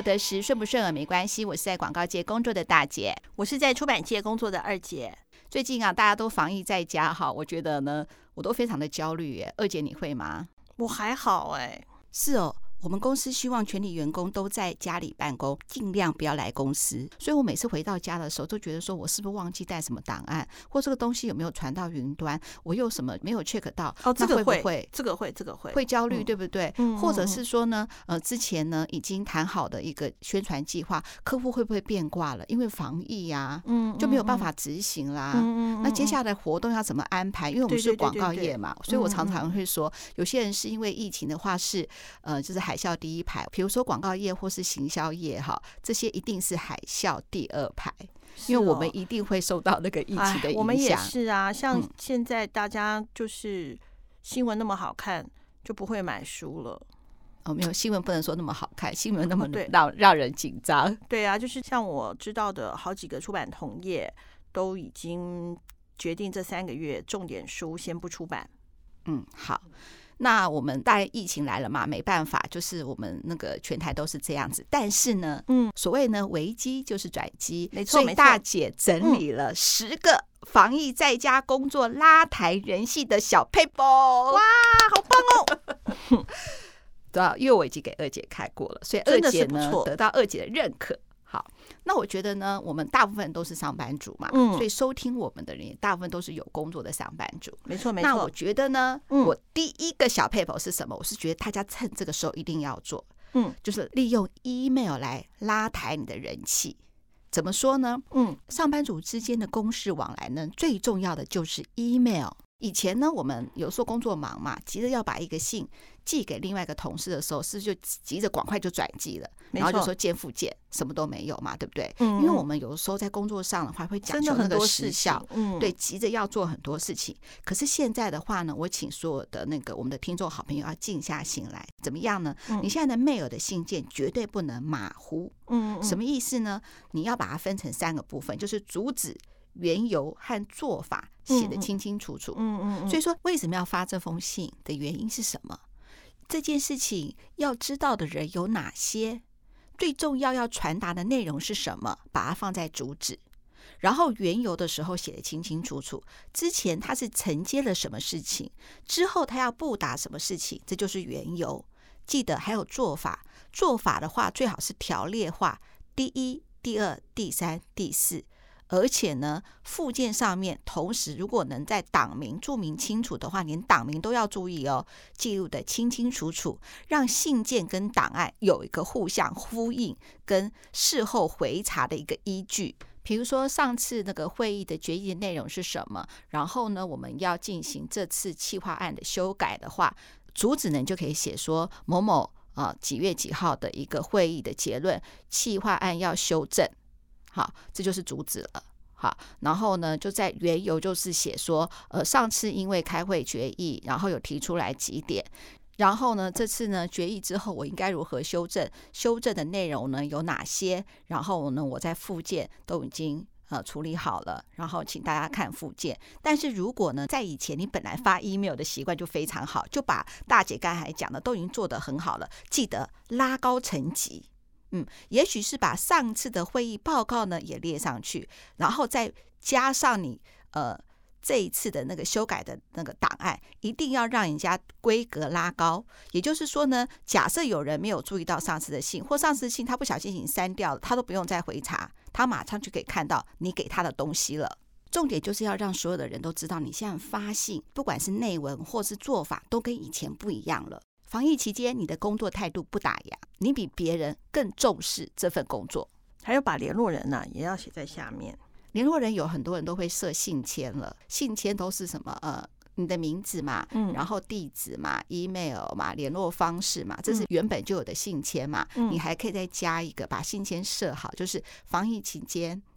得时，顺不顺耳没关系。我是在广告界工作的大姐， 我是在出版界工作的二姐。 最近啊，大家都防疫在家哈，我觉得呢，我都非常的焦虑耶。二姐你会吗？ 我还好哎。 是哦。我们公司希望全体员工都在家里办公，尽量不要来公司。所以我每次回到家的时候，都觉得说我是不是忘记带什么档案，或这个东西有没有传到云端，我有什么没有 check 到？ 这个会， 这个会焦虑，对不对？或者是说呢，之前呢已经谈好的一个宣传计划，客户会不会变卦了？因为防疫呀，就没有办法执行啦。那接下来活动要怎么安排？因为我们是广告业嘛，所以我常常会说，有些人是因为疫情的话是就是海啸第一排，比如说广告业或是行销业哈，这些一定是海啸第二排，因为我们一定会受到那个疫情的影响。 我们也是啊，像现在大家就是新闻那么好看，就不会买书了。 没有，新闻不能说那么好看，新闻那么让人紧张。 对啊，就是像我知道的好几个出版同业都已经决定这3个月重点书先不出版。 好。那我们大概疫情来了嘛，没办法，就是我们那个全台都是这样子。但是呢，所谓呢危机就是转机， 没错。 所以大姐整理了10个防疫在家工作拉抬人气的小撇步。 哇，好棒哦！ 对啊，因为我已经给二姐看过了，所以二姐呢得到二姐的认可。好，那我觉得呢，我们大部分都是上班族嘛，所以收听我们的人也大部分都是有工作的上班族。 没错。 那我觉得呢，我第一个小撇步是什么？我是觉得大家趁这个时候一定要做，就是利用 email 来拉抬你的人气。怎么说呢？上班族之间的公事往来呢，最重要的就是 email。以前呢，我们有时候工作忙嘛，急着要把一个信寄给另外一个同事的时候，是就急着赶快就转寄了，然后就说见附件，什么都没有嘛，对不对？因为我们有的时候在工作上的话，会讲究那个时效，对，急着要做很多事情。可是现在的话呢，我请所有的我们的听众好朋友要静下心来，怎么样呢？你现在的 mail 的信件绝对不能马虎。什么意思呢？你要把它分成3个部分，就是主旨、缘由和做法写得清清楚楚。所以说为什么要发这封信的原因是什么？这件事情要知道的人有哪些？最重要传达的内容是什么？把它放在主旨，然后缘由的时候写得清清楚楚。之前他是承接了什么事情，之后他要布达什么事情，这就是缘由。记得还有做法，做法的话最好是条列化，第1、第2、第3、第4。而且呢，附件上面同时如果能在党名注明清楚的话，连党名都要注意哦，记录的清清楚楚，让信件跟档案有一个互相呼应跟事后回查的一个依据。比如说上次那个会议的决议内容是什么，然后呢我们要进行这次企划案的修改的话，主旨呢就可以写说某某几月几号的一个会议的结论，企划案要修正。好，这就是主旨了。好，然后呢，就在缘由就是写说，上次因为开会决议，然后有提出来几点，然后呢，这次呢决议之后，我应该如何修正？修正的内容呢有哪些？然后呢，我在附件都已经处理好了，然后请大家看附件。但是如果呢，在以前你本来发 email 的习惯就非常好，就把大姐刚才讲的都已经做得很好了，记得拉高层级。也许是把上次的会议报告呢也列上去，然后再加上你这一次的那个修改的那个档案，一定要让人家规格拉高。也就是说呢，假设有人没有注意到上次的信，或上次的信他不小心已经删掉了，他都不用再回查，他马上就可以看到你给他的东西了。重点就是要让所有的人都知道，你现在发信，不管是内文或是做法，都跟以前不一样了。防疫期间，你的工作态度不打烊，你比别人更重视这份工作。 还有把联络人呢，也要写在下面。 联络人有很多人都会设信签了，信签都是什么？你的名字嘛，然后地址嘛 ，email 嘛，联络方式嘛，这是原本就有的信签嘛。你还可以再加一个，把信签设好，就是防疫期间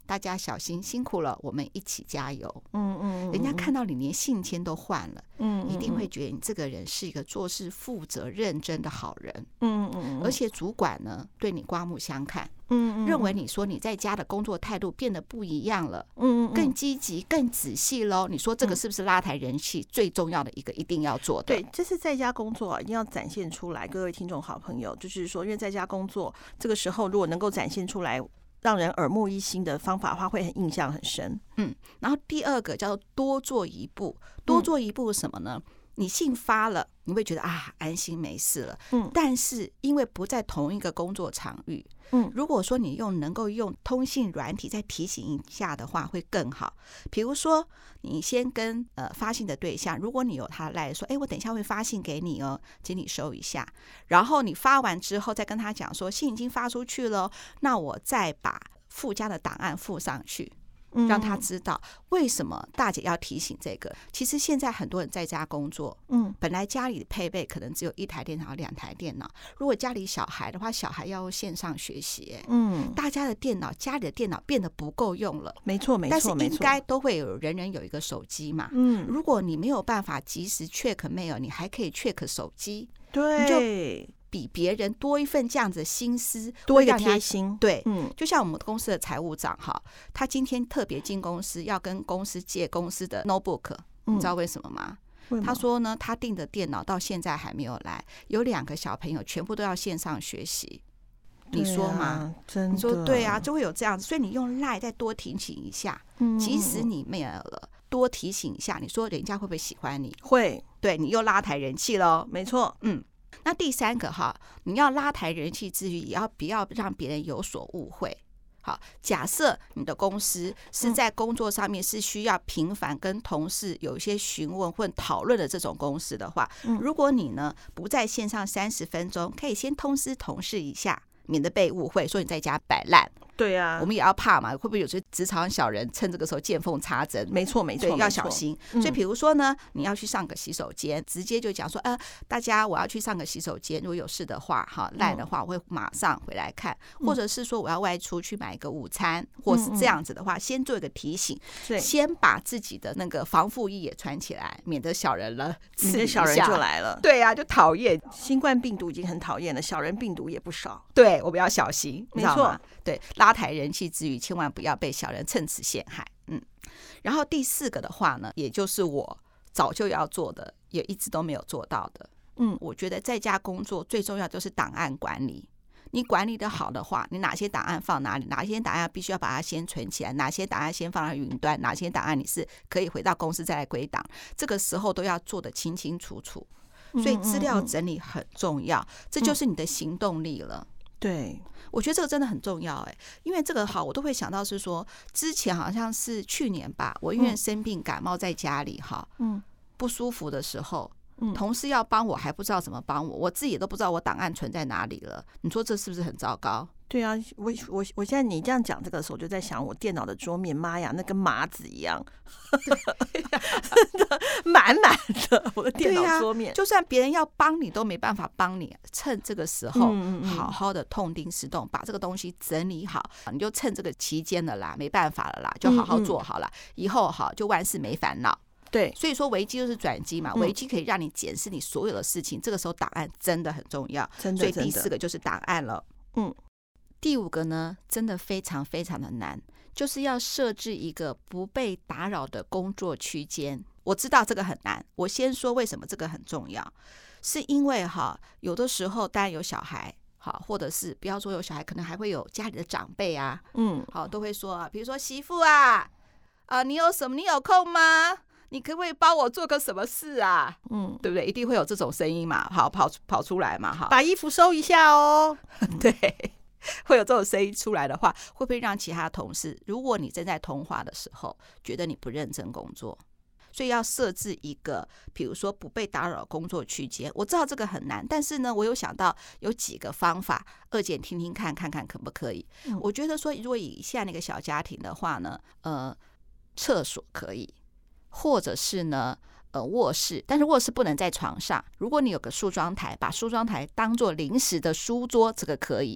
大家小心辛苦了，我们一起加油。人家看到你连信签都换了，一定会觉得你这个人是一个做事负责认真的好人。而且主管呢对你刮目相看，认为你说你在家的工作态度变得不一样了，更积极更仔细咯。你说这个是不是拉抬人气最重要的一个一定要做的？ 对，这是在家工作一定要展现出来。各位听众好朋友，就是说因为在家工作这个时候如果能够展现出来让人耳目一新的方法的话，会很印象很深。 然后第二个叫做多做一步。多做一步是什么呢？你信发了，你会觉得安心没事了。但是因为不在同一个工作场域，如果说你能够用通信软体再提醒一下的话，会更好。比如说，你先跟发信的对象，如果你有他赖说，我等一下会发信给你哦，请你收一下。然后你发完之后，再跟他讲说，信已经发出去了，那我再把附加的档案附上去。让他知道为什么大姐要提醒这个。其实现在很多人在家工作，本来家里的配备可能只有1台电脑、2台电脑。如果家里小孩的话，小孩要线上学习，大家的电脑、家里的电脑变得不够用了。 没错，没错， 但是应该都会有人有一个手机嘛。如果你没有办法及时 check mail， 你还可以 check 手机， 对， 你就比别人多一份这样子的心思， 多一个贴心。 对，就像我们公司的财务长哈，他今天特别进公司，要跟公司借公司的 notebook，你知道为什么吗？他说呢，他订的电脑到现在还没有来，有2个小朋友全部都要线上学习。你说嘛？ 真的， 你说对啊，就会有这样子。所以你用 LINE 再多提醒一下，即使你没有了，多提醒一下，你说人家会不会喜欢你？ 会， 对，你又拉抬人气咯。 没错。 那第3个哈，你要拉抬人气之余，也不要让别人有所误会。好，假设你的公司是在工作上面是需要频繁跟同事有一些询问或讨论的这种公司的话，如果你呢不在线上30分钟，可以先通知同事一下，免得被误会说你在家摆烂。 对啊， 我们也要怕嘛，会不会有些职场小人趁这个时候见缝插针？ 没错，没错， 要小心。所以比如说呢，你要去上个洗手间，直接就讲说，大家我要去上个洗手间，如果有事的话，赖的话，我会马上回来看，或者是说我要外出去买一个午餐，或是这样子的话，先做一个提醒，先把自己的那个防护衣也穿起来，免得小人了， 小人就来了。 对啊，就讨厌。 新冠病毒已经很讨厌了，小人病毒也不少。 对，我们要小心， 没错。 对，拉抬人气之余，千万不要被小人趁此陷害。然后第4个的话呢，也就是我早就要做的，也一直都没有做到的。我觉得在家工作最重要就是档案管理。你管理的好的话，你哪些档案放哪里，哪些档案必须要把它先存起来，哪些档案先放到云端，哪些档案你是可以回到公司再来归档，这个时候都要做得清清楚楚。所以资料整理很重要，这就是你的行动力了。 对， 我觉得这个真的很重要因为这个我都会想到是说，之前好像是去年吧，我因为生病感冒在家里不舒服的时候，同事要帮我还不知道怎么帮我，我自己也都不知道我档案存在哪里了。你说这是不是很糟糕？ 对啊，我现在你这样讲这个时候，我就在想我电脑的桌面，妈呀，那跟麻子一样，真的满满的我的电脑桌面， 就算别人要帮你都没办法帮你。趁这个时候，好好的痛定思痛，把这个东西整理好，你就趁这个期间了啦，没办法了啦，就好好做好了，以后就万事没烦恼。 对， 所以说危机就是转机嘛，危机可以让你检视你所有的事情，这个时候档案真的很重要。 真的， 所以第4个就是档案了。第5个呢，真的非常非常的难，就是要设置一个不被打扰的工作区间。我知道这个很难，我先说为什么这个很重要，是因为有的时候当然有小孩，或者是不要说有小孩，可能还会有家里的长辈啊，都会说比如说媳妇啊，你有空吗？你可不可以帮我做个什么事啊？对不对？一定会有这种声音嘛，跑出来嘛， 把衣服收一下哦。 对。会有这种声音出来的话，会不会让其他同事，如果你正在通话的时候，觉得你不认真工作？所以要设置一个，比如说不被打扰工作区间。我知道这个很难，但是呢，我有想到有几个方法，二姐听听看可不可以？我觉得说，如果以下那个小家庭的话呢，厕所可以，或者是呢，卧室，但是卧室不能在床上。如果你有个梳妆台，把梳妆台当做临时的书桌，这个可以。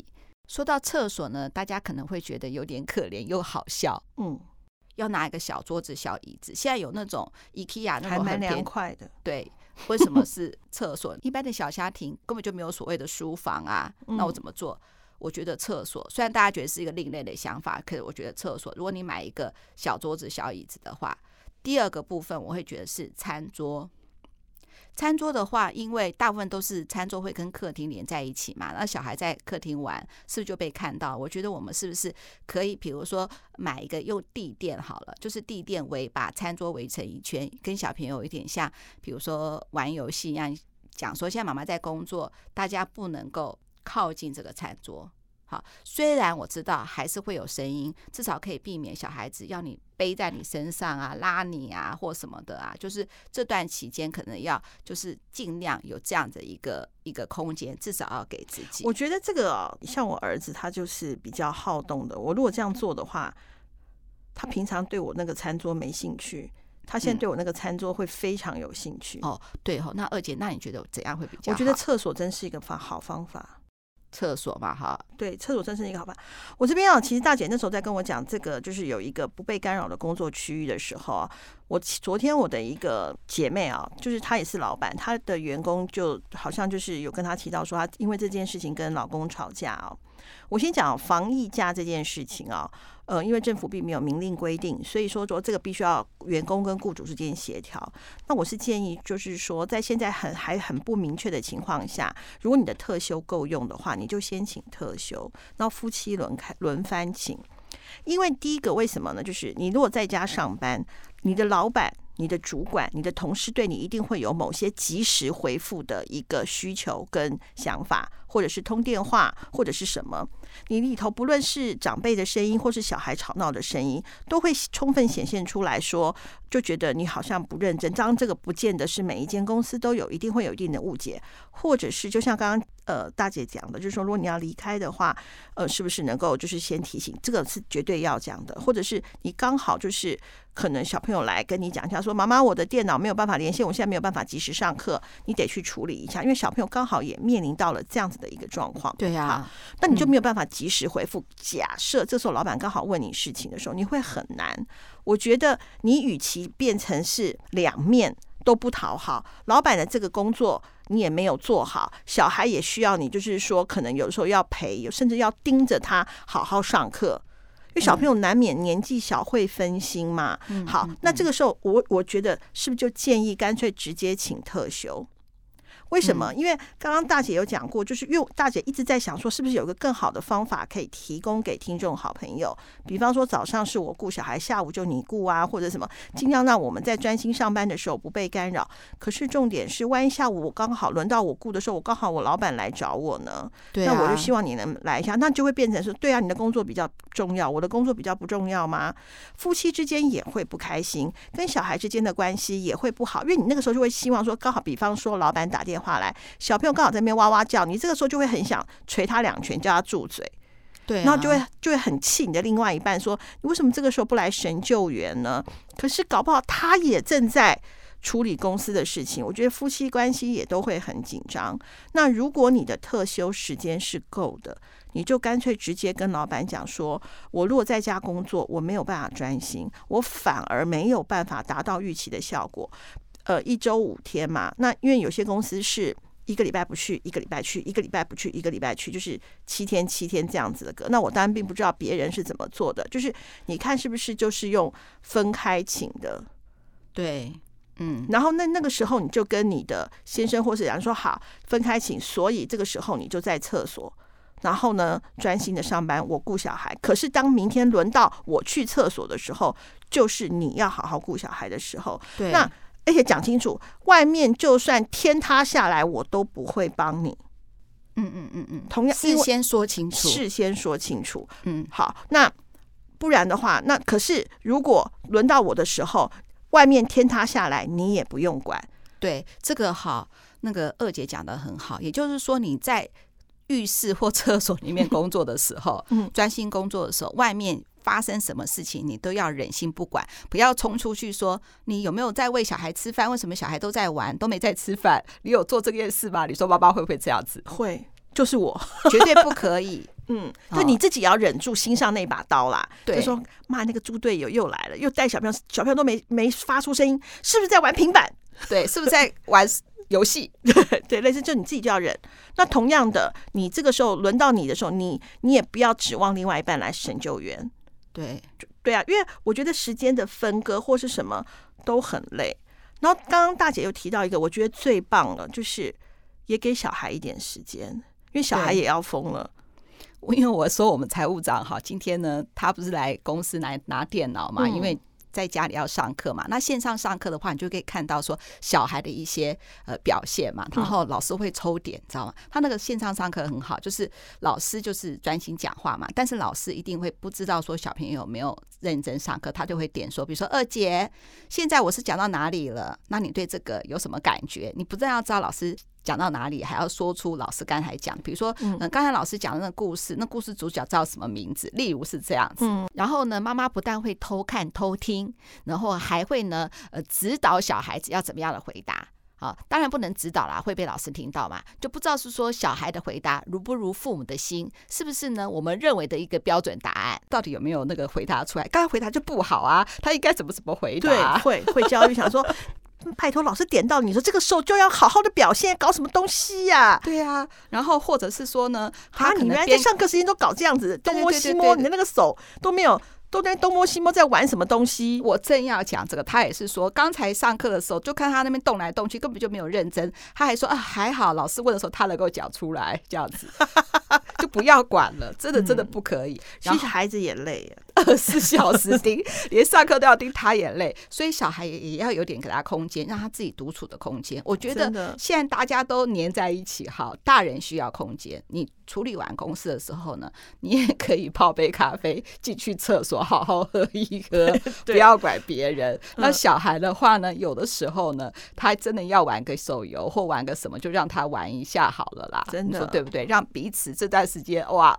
说到厕所呢，大家可能会觉得有点可怜又好笑。要拿一个小桌子、小椅子，现在有那种 IKEA 那种还蛮凉快的。 对，为什么是厕所？一般的小家庭根本就没有所谓的书房啊，那我怎么做？我觉得厕所虽然大家觉得是一个另类的想法，可是我觉得厕所，如果你买一个小桌子、小椅子的话，第二个部分我会觉得是餐桌。餐桌的话，因为大部分都是餐桌会跟客厅连在一起嘛，那小孩在客厅玩，是不是就被看到？我觉得我们是不是可以，比如说买一个用地垫好了，就是地垫把餐桌围成一圈，跟小朋友有一点像，比如说玩游戏一样，讲说现在妈妈在工作，大家不能够靠近这个餐桌。好，虽然我知道还是会有声音，至少可以避免小孩子要你背在你身上啊、拉你啊或什么的啊。就是这段期间可能要就是尽量有这样的一个空间，至少要给自己。 我觉得这个像我儿子，他就是比较好动的。我如果这样做的话，他平常对我那个餐桌没兴趣，他现在对我那个餐桌会非常有兴趣。 对哦，那二姐，那你觉得怎样会比较好？ 我觉得厕所真是一个好方法。 厕所嘛，哈， 对，厕所真是一个好办法。我这边其实大姐那时候在跟我讲这个，就是有一个不被干扰的工作区域的时候昨天我的一个姐妹就是她也是老板，她的员工就好像就是有跟她提到说，她因为这件事情跟老公吵架我先讲防疫假这件事情因为政府并没有明令规定，所以说这个必须要员工跟雇主之间协调。那我是建议，就是说在现在还很不明确的情况下，如果你的特休够用的话，你就先请特休，然后夫妻轮番请。因为第一个为什么呢？就是你如果在家上班，你的老板、你的主管、你的同事对你一定会有某些及时回复的一个需求跟想法，或者是通电话，或者是什么，你里头不论是长辈的声音或是小孩吵闹的声音，都会充分显现出来说，就觉得你好像不认真。当然这个不见得是每一间公司都有，一定会有一定的误解，或者是就像刚刚大姐讲的，就是说如果你要离开的话，是不是能够就是先提醒，这个是绝对要讲的。或者是你刚好就是可能小朋友来跟你讲一下说，妈妈我的电脑没有办法连线，我现在没有办法及时上课，你得去处理一下，因为小朋友刚好也面临到了这样子的一个状况。 对啊， 那你就没有办法及时回复。假设这时候老板刚好问你事情的时候，你会很难。我觉得你与其变成是两面都不讨好，老板的这个工作你也没有做好，小孩也需要你，就是说可能有时候要陪，甚至要盯着他好好上课，因为小朋友难免年纪小会分心嘛。好，那这个时候我觉得是不是就建议干脆直接请特休？为什么？因为刚刚大姐有讲过，就是因为大姐一直在想说，是不是有个更好的方法可以提供给听众好朋友？比方说早上是我顾小孩，下午就你顾啊，或者什么，尽量让我们在专心上班的时候不被干扰。可是重点是，万一下午我刚好轮到我顾的时候，我刚好我老板来找我呢，那我就希望你能来一下，那就会变成说，对啊，你的工作比较重要，我的工作比较不重要吗？夫妻之间也会不开心，跟小孩之间的关系也会不好，因为你那个时候就会希望说，刚好比方说老板打电话来，小朋友刚好在那边哇哇叫，你这个时候就会很想捶他2拳，叫他住嘴。 对， 然后就会很气你的另外一半，说你为什么这个时候不来神救援呢？可是搞不好他也正在处理公司的事情，我觉得夫妻关系也都会很紧张。那如果你的特休时间是够的，你就干脆直接跟老板讲说，我如果在家工作，我没有办法专心，我反而没有办法达到预期的效果。1周5天嘛，那因为有些公司是1个礼拜不去，1个礼拜去，1个礼拜不去，1个礼拜去，就是7天7天这样子的。那我当然并不知道别人是怎么做的，就是你看是不是就是用分开请的？ 对， 然后那个时候你就跟你的先生或是人说好分开请，所以这个时候你就在厕所，然后呢专心的上班，我顾小孩。可是当明天轮到我去厕所的时候，就是你要好好顾小孩的时候。 对， 那而且讲清楚，外面就算天塌下来，我都不会帮你。同样事先说清楚， 事先说清楚。好，那不然的话，那可是如果轮到我的时候，外面天塌下来，你也不用管。 对，这个好，那个二姐讲的很好，也就是说你在浴室或厕所里面工作的时候，专心工作的时候，外面发生什么事情你都要忍心不管，不要冲出去说你有没有在喂小孩吃饭，为什么小孩都在玩都没在吃饭，你有做这件事吗？你说爸爸会不会这样子？ 会，就是我绝对不可以。 就你自己要忍住心上那把刀啦。 对， 就说妈，那个猪队友又来了，又带小朋友都没发出声音，是不是在玩平板？ 对，是不是在玩游戏？ 对，类似就你自己就要忍。那同样的，你这个时候轮到你的时候，你也不要指望另外一半来神救援。对啊，因为我觉得时间的分割或是什么都很累。然后刚刚大姐又提到一个，我觉得最棒了，就是也给小孩一点时间，因为小孩也要疯了。 因为我说我们财务长今天呢，他不是来公司来拿电脑嘛，因为在家里要上课嘛，那线上上课的话，你就可以看到说小孩的一些表现嘛，然后老师会抽点，知道吗？他那个线上上课很好，就是老师就是专心讲话嘛，但是老师一定会不知道说小朋友有没有认真上课，他就会点说，比如说2姐，现在我是讲到哪里了？那你对这个有什么感觉？你不但要知道老师讲到哪里，还要说出老师刚才讲，比如说刚才老师讲的那个故事，那故事主角叫什么名字？例如是这样子。然后呢，妈妈不但会偷看偷听，然后还会呢指导小孩子要怎么样的回答。当然不能指导啦，会被老师听到嘛，就不知道是说小孩的回答如不如父母的心，是不是呢？我们认为的一个标准答案，到底有没有那个回答出来？刚才回答就不好啊，他应该怎么回答？ 对，会焦虑，想说拜托老师点到你说这个时候就要好好的表现，搞什么东西呀？ 对啊，然后或者是说呢， 你原来在上课时间都搞这样子，东摸西摸，你的那个手都没有。都在东摸西摸，在玩什么东西？ 我正要讲这个，他也是说，刚才上课的时候就看他那边动来动去，根本就没有认真。他还说还好，老师问的时候他能够讲出来，这样子就不要管了，真的不可以。 其实孩子也累 ，24小时盯，连上课都要盯，他也累，所以小孩也要有点给他空间，让他自己独处的空间。我觉得现在大家都黏在一起，好，大人需要空间。你处理完公事的时候呢，你也可以泡杯咖啡，进去厕所好好喝一喝，不要管别人。那小孩的话呢，有的时候呢，他真的要玩个手游或玩个什么，就让他玩一下好了啦。 真的， 你说对不对？让彼此这段时间哇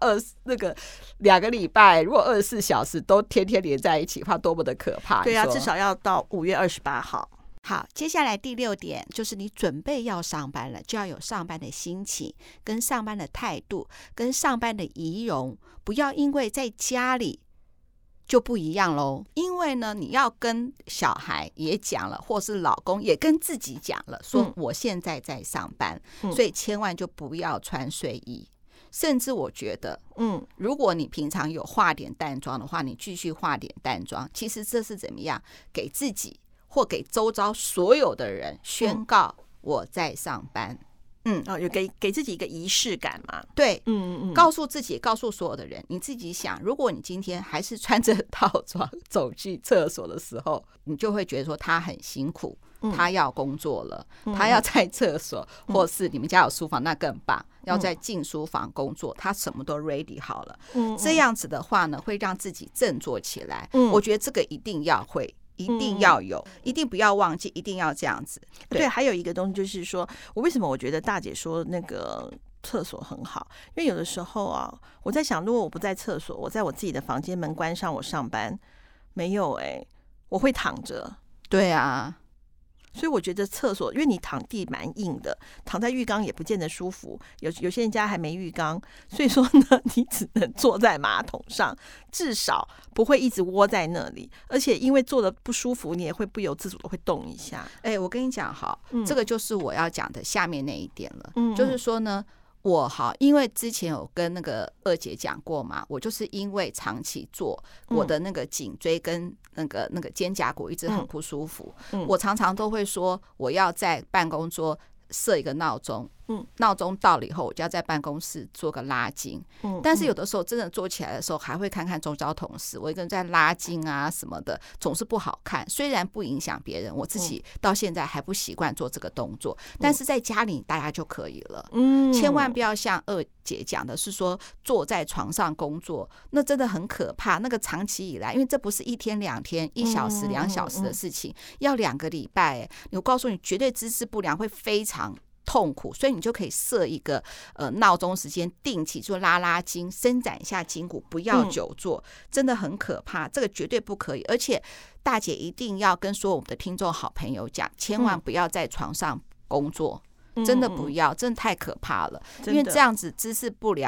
，2个礼拜，如果24小时都天天连在一起的话，多么的可怕！ 对啊，至少要到5月28号。 好，接下来第6点就是你准备要上班了，就要有上班的心情、跟上班的态度、跟上班的仪容，不要因为在家里就不一样咯。因为呢，你要跟小孩也讲了，或是老公也跟自己讲了，说我现在在上班，所以千万就不要穿睡衣。甚至我觉得，如果你平常有化点淡妆的话，你继续化点淡妆。其实这是怎么样？给自己或给周遭所有的人宣告我在上班。 有给自己一个仪式感嘛？ 对，告诉自己，告诉所有的人，你自己想，如果你今天还是穿着套装走去厕所的时候，你就会觉得说他很辛苦。他要工作了，他要在厕所，或是你们家有书房，那更棒。要在进书房工作，他什么都 ready 好了。这样子的话呢，会让自己振作起来。我觉得这个一定要会，一定要有，一定不要忘记，一定要这样子。 对，还有一个东西就是说，我为什么我觉得大姐说那个厕所很好，因为有的时候啊，我在想，如果我不在厕所，我在我自己的房间门关上，我上班没有我会躺着。 对啊。 所以我觉得厕所，因为你躺地蛮硬的，躺在浴缸也不见得舒服。有些人家还没浴缸，所以说呢，你只能坐在马桶上，至少不会一直窝在那里。而且因为坐的不舒服，你也会不由自主的会动一下。 我跟你讲哈，这个就是我要讲的下面那一点了。就是说呢，我因为之前有跟那个2姐讲过嘛，我就是因为长期坐，我的那个颈椎跟那个肩胛骨一直很不舒服。我常常都会说，我要在办公桌设一个闹钟，闹钟到了以后，我就要在办公室做个拉筋。但是有的时候真的做起来的时候，还会看看周遭同事，我一个人在拉筋啊什么的，总是不好看。虽然不影响别人，我自己到现在还不习惯做这个动作，但是在家里大家就可以了。千万不要像2姐讲的是说坐在床上工作，那真的很可怕。那个长期以来，因为这不是1天2天1小时2小时的事情，要2个礼拜。我告诉你，绝对姿势不良会非常痛苦，所以你就可以设一个闹钟时间，定期做拉筋，伸展一下筋骨，不要久坐，真的很可怕，这个绝对不可以。而且大姐一定要跟所有我们的听众好朋友讲，千万不要在床上工作，真的不要，真的太可怕了。因为这样子姿势不良，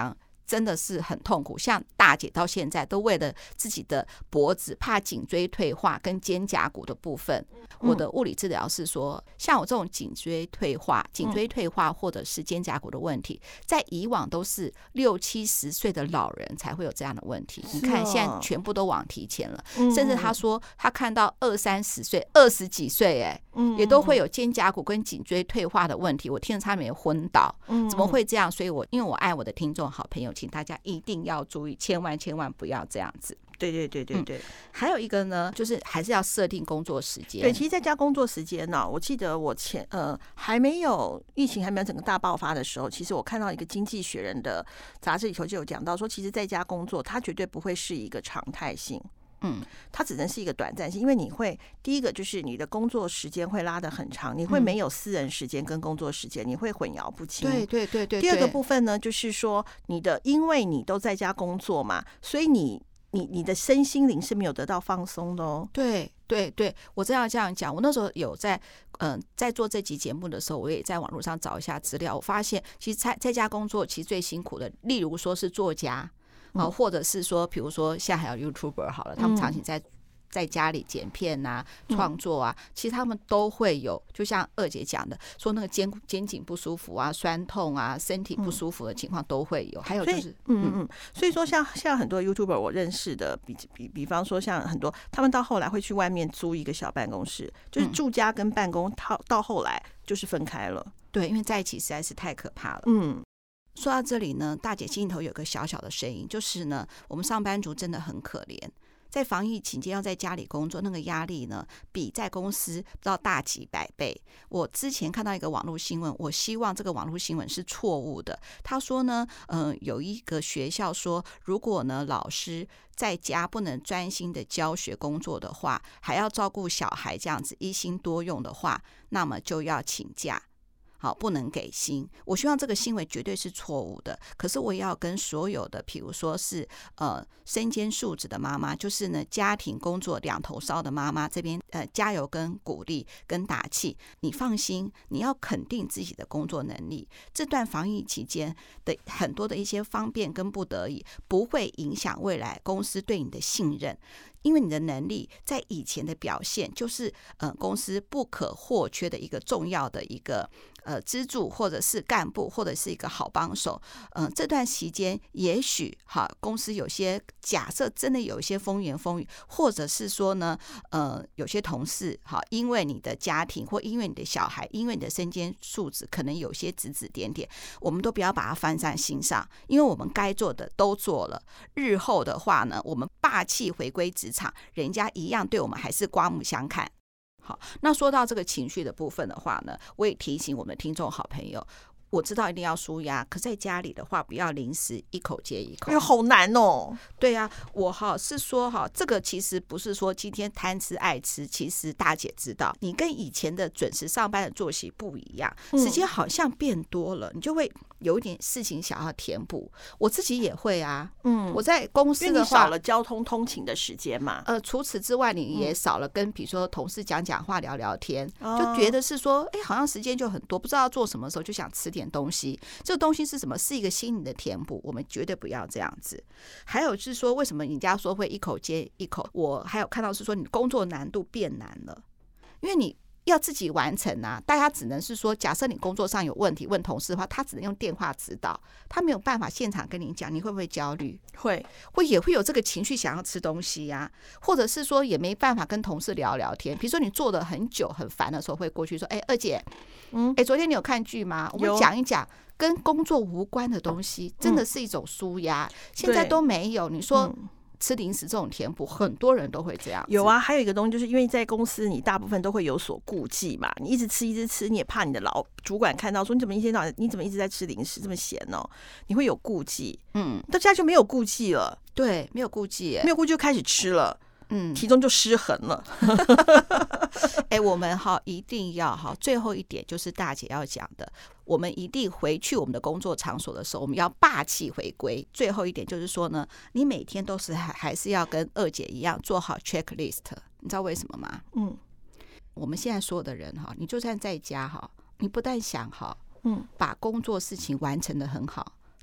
真的是很痛苦。像大姐到现在都为了自己的脖子，怕颈椎退化跟肩胛骨的部分，我的物理治疗是说，像我这种颈椎退化或者是肩胛骨的问题，在以往都是60、70岁的老人才会有这样的问题。你看现在全部都往提前了，甚至他说他看到20、30岁、20几岁，也都会有肩胛骨跟颈椎退化的问题。我听了差点昏倒，怎么会这样？所以因为我爱我的听众好朋友，请大家一定要注意，千万不要这样子。 对， 还有一个呢，就是还是要设定工作时间。 对，其实在家工作时间呢，我记得我还没有疫情还没有整个大爆发的时候，其实我看到一个《经济学人》的杂志里头就有讲到说，其实在家工作它绝对不会是一个常态性。它只能是一个短暂性，因为你会第一个就是你的工作时间会拉得很长，你会没有私人时间跟工作时间，你会混淆不清。 对。 第二个部分呢，就是说因为你都在家工作嘛，所以你的身心灵是没有得到放松的哦。 对，我真要这样讲。我那时候有在做这集节目的时候，我也在网络上找一下资料，我发现其实在家工作其实最辛苦的，例如说是作家。或者是说，比如说现在还有 YouTuber 好了，他们长期在家里剪片啊、创作啊，其实他们都会有，就像二姐讲的，说那个肩颈不舒服啊、酸痛啊、身体不舒服的情况都会有。还有就是， 所以说像很多 YouTuber 我认识的，比方说像很多他们到后来会去外面租一个小办公室，就是住家跟办公到后来就是分开了。 对，因为在一起实在是太可怕了。说到这里呢，大姐心里头有个小小的声音，就是呢，我们上班族真的很可怜，在防疫期间要在家里工作，那个压力呢，比在公司不知道大几百倍。我之前看到一个网络新闻，我希望这个网络新闻是错误的。他说呢，有一个学校说，如果呢老师在家不能专心的教学工作的话，还要照顾小孩这样子一心多用的话，那么就要请假。好，不能给薪。我希望这个行为绝对是错误的。可是我也要跟所有的，比如说是身兼数职的妈妈，就是呢家庭工作两头烧的妈妈这边加油跟鼓励跟打气。你放心，你要肯定自己的工作能力。这段防疫期间的很多的一些方便跟不得已，不会影响未来公司对你的信任。因为你的能力在以前的表现，就是公司不可或缺的一个重要的一个支柱，或者是干部，或者是一个好帮手。这段期间也许公司有些假设真的有一些风言风语，或者是说呢有些同事因为你的家庭或因为你的小孩，因为你的身兼数职，可能有些指指点点，我们都不要把它放在心上，因为我们该做的都做了。日后的话呢，我们霸气回归职场，人家一样对我们还是刮目相看。好，那说到这个情绪的部分的话呢，我也提醒我们的听众好朋友，我知道一定要抒压，可在家里的话，不要零食一口接一口。 哎呦，好难哦。 对啊，我是说这个其实不是说今天贪吃爱吃，其实大姐知道，你跟以前的准时上班的作息不一样，时间好像变多了，你就会有一点事情想要填补。我自己也会啊，我在公司的话， 因为你少了交通通勤的时间嘛。 除此之外，你也少了跟比如说同事讲话、聊聊天，就觉得是说，好像时间就很多，不知道要做什么时候就想吃点东西。这个东西是什么？是一个心理的填补，我们绝对不要这样子。还有就是说，为什么人家说会一口接一口？我还有看到是说，你工作难度变难了，因为你要自己完成啊，大家只能是说，假设你工作上有问题问同事的话，他只能用电话指导，他没有办法现场跟你讲，你会不会焦虑？ 会也会有这个情绪，想要吃东西呀，或者是说也没办法跟同事聊聊天。比如说你做的很久很烦的时候，会过去说：“二姐，昨天你有看剧吗？我们讲一讲跟工作无关的东西，真的是一种抒压。现在都没有，你说。吃零食这种填补，很多人都会这样。 有啊，还有一个东西，就是因为在公司，你大部分都会有所顾忌嘛。你一直吃，你也怕你的主管看到说你怎么一直在吃零食，这么闲哦，你会有顾忌。大家就没有顾忌了。 对，没有顾忌， 没有顾忌就开始吃了。体重就失衡了。 我们一定要最后一点就是大姐要讲的，我们一定回去我们的工作场所的时候，我们要霸气回归。最后一点就是说呢，你每天都是还是要跟二姐一样做好 checklist， 你知道为什么吗？我们现在所有的人你就算在家你不但想好，把工作事情完成得很好，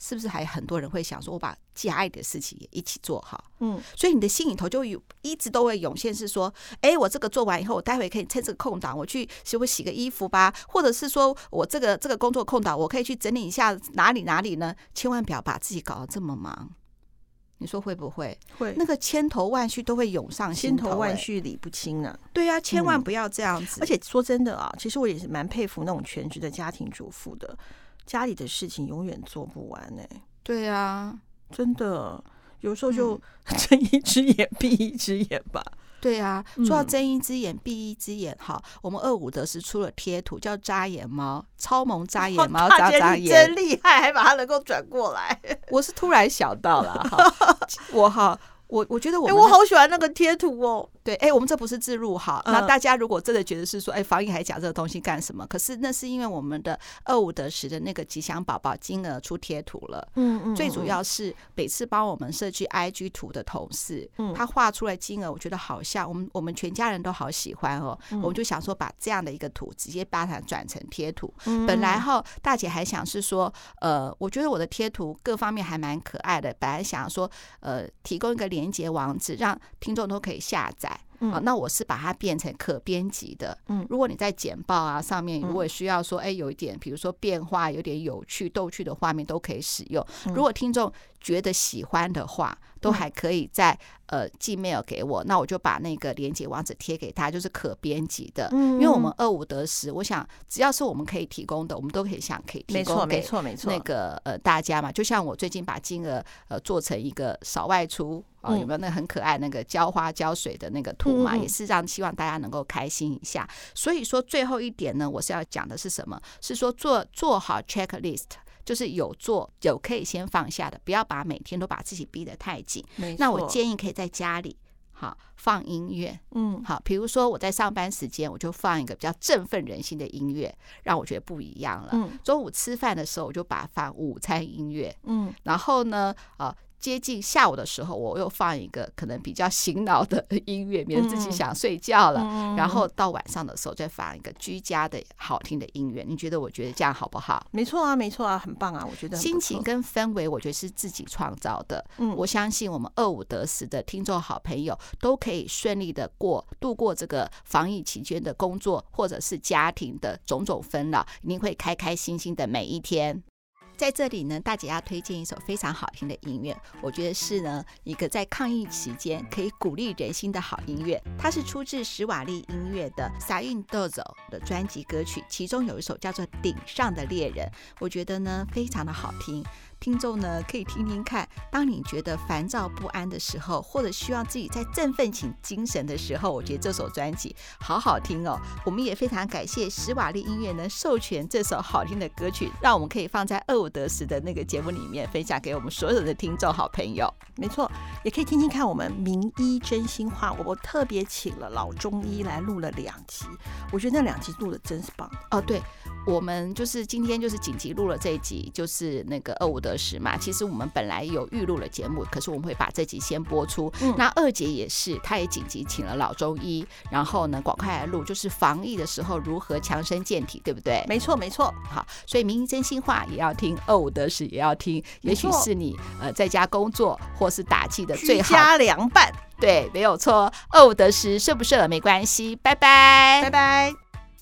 是不是还很多人会想说，我把家里的事情也一起做好？所以你的心里头就一直都会涌现是说，我这个做完以后，我待会可以趁这个空档，我去洗个衣服吧，或者是说我这个工作空档，我可以去整理一下哪里呢？千万不要把自己搞得这么忙。你说会不会？ 会， 那个千头万绪都会涌上心头， 千头万绪理不清啊。 对啊，千万不要这样子。 而且说真的啊，其实我也是蛮佩服那种全职的家庭主妇的，家里的事情永远做不完对啊， 真的，有时候就睁一只眼闭一只眼吧。 对啊，说到睁一只眼闭一只眼，好，我们25得时出了贴图叫扎眼猫，超萌扎眼猫，扎眼真厉害，还把它能够转过来。 我是突然想到了，我觉得我好喜欢那个贴图哦。 对，我们这不是置入哈。那大家如果真的觉得是说，防疫还讲这个东西干什么？可是那是因为我们的25得时的那个吉祥宝宝金额出贴图了。最主要是每次帮我们设计 IG 图的同事，他画出来金额，我觉得好像我们全家人都好喜欢哦。我们就想说，把这样的一个图直接把它转成贴图。本来大姐还想是说，我觉得我的贴图各方面还蛮可爱的。本来想说，提供一个连结网址，让听众都可以下载。那我是把它变成可编辑的。如果你在简报啊上面，如果需要说，有一点，比如说变化，有点有趣、逗趣的画面，都可以使用。如果听众觉得喜欢的话，都还可以在寄 mail 给我，那我就把那个连结网址贴给他，就是可编辑的。因为我们25得时，我想只要是我们可以提供的，我们都可以提供给那个大家嘛。就像我最近把金额做成一个少外出。有没有那个很可爱那个浇花浇水的那个图嘛？也是希望大家能够开心一下。所以说最后一点呢，我是要讲的是什么？是说做好 checklist， 就是有可以先放下的，不要把每天都把自己逼得太紧。那我建议可以在家里放音乐。好，比如说我在上班时间，我就放一个比较振奋人心的音乐，让我觉得不一样了。中午吃饭的时候，我就把它放午餐音乐。然后呢，接近下午的时候，我又放一个可能比较醒脑的音乐，免得自己想睡觉了。然后到晚上的时候再放一个居家的好听的音乐。你觉得？我觉得这样好不好？ 没错啊，没错啊，很棒啊，我觉得心情跟氛围，我觉得是自己创造的。我相信我们25得时的听众好朋友都可以顺利的度过这个防疫期间的工作或者是家庭的种种纷扰，一定会开开心心的每一天。在这里呢，大姐要推荐一首非常好听的音乐，我觉得是呢一个在抗疫期间可以鼓励人心的好音乐。它是出自史瓦利音乐的《撒运豆走》的专辑歌曲，其中有一首叫做《顶上的猎人》，我觉得呢非常的好听。听众呢可以听听看，当你觉得烦躁不安的时候，或者需要自己再振奋起精神的时候，我觉得这首专辑好好听哦。我们也非常感谢史瓦利音乐能授权这首好听的歌曲，让我们可以放在25得时的那个节目里面分享给我们所有的听众好朋友。 没错，也可以听听看我们名医真心话，我特别请了老中医来录了2集，我觉得那2集录的真是棒哦。对，我们就是今天就是紧急录了这一集，就是那个25得时嘛。其实我们本来有预录了节目，可是我们会把这集先播出。那2节也是，他也紧急请了老中医，然后呢赶快来录，就是防疫的时候如何强身健体，对不对？ 没错没错。 好，所以名医真心话也要听，25得时也要听，也许是你在家工作或是打气的最好居家凉拌。 对，没有错。25得时顺不顺没关系，拜拜拜拜。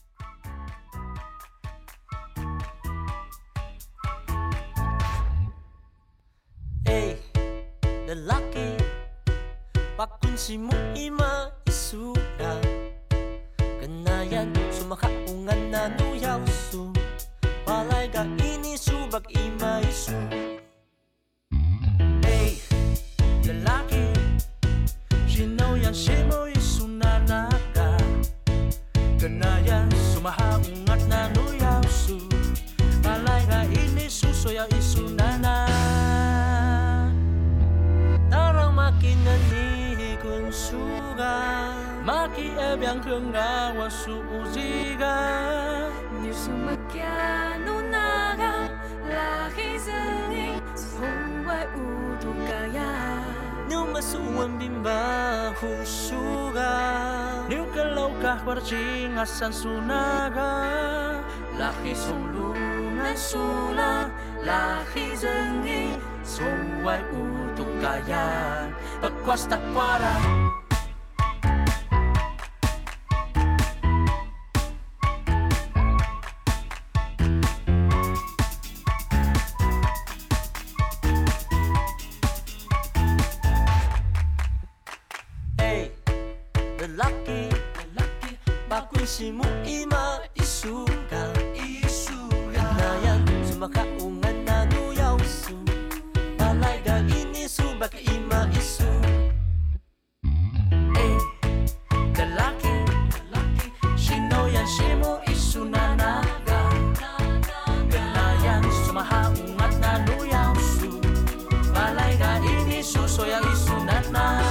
Lalaki Pakun si Muima isuga Kanayan sumakaungan na nuyawsu Walay ka ini subag ima isu Hey, lalaki Sino yan simo isu nanaka Kanayan sumakaungan na nuyawsu Walay ka ini susoyaw isu nanaka Kinani kun suga Maki ebyang kunga wa suuziga Ni sumakyano naga Laki zengi Suhongwai udugaya Niu masuwan bimba husuga Niu kalau kah warjing asan sunaga Laki song lumo tulungan sula lahi zengi Suway utuk kayan Pagkwas takwara Lelaki, pakunsimu ima isuga Nayan sumakaungan na nuyawsu Palayga ini subaka ima isu Lelaki, sinoyan simu isu nanaga Nayan sumakaungan na nuyawsu Palayga ini susoyang isu nanaga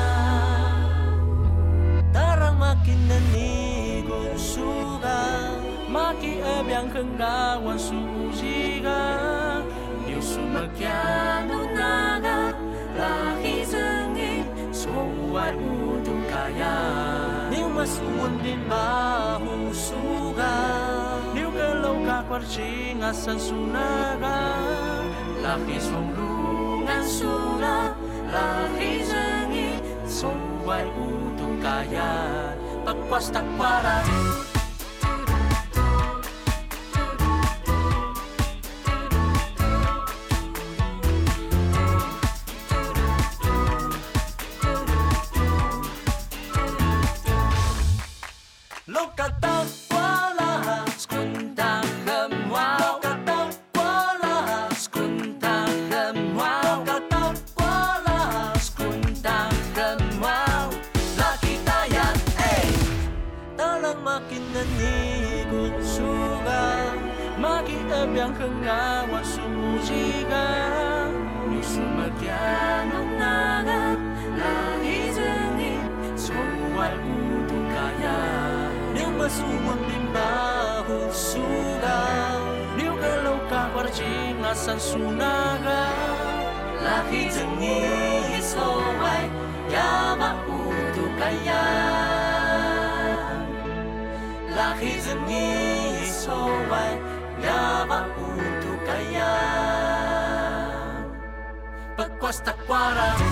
Kinanigun suga Maki ebyang kengawan suuziga Niu sumagyano naga Lahi zengi Suway udung kaya Niu masuun din bahu suga Niu galaw kakwarjing asan sunaga Lahi sunglungan sula Lahi zengi Suway udung kaya Pagkwas takwara Lokatakwala Skunta gemwa Lokatakwala Skunta gemwa Lokatakwala Skunta gemwa Makin nanigun suga Maki ebyang kengawan sumujiga Niu sumagyano naga Lahi zengi Suway udung kaya Niu masuun din bahu suga Niu galaw kakwarjing asan sunaga Lahi zengi Suway yama udung kaya Lahi zengi Suway yama udung kaya Pagkwas takwara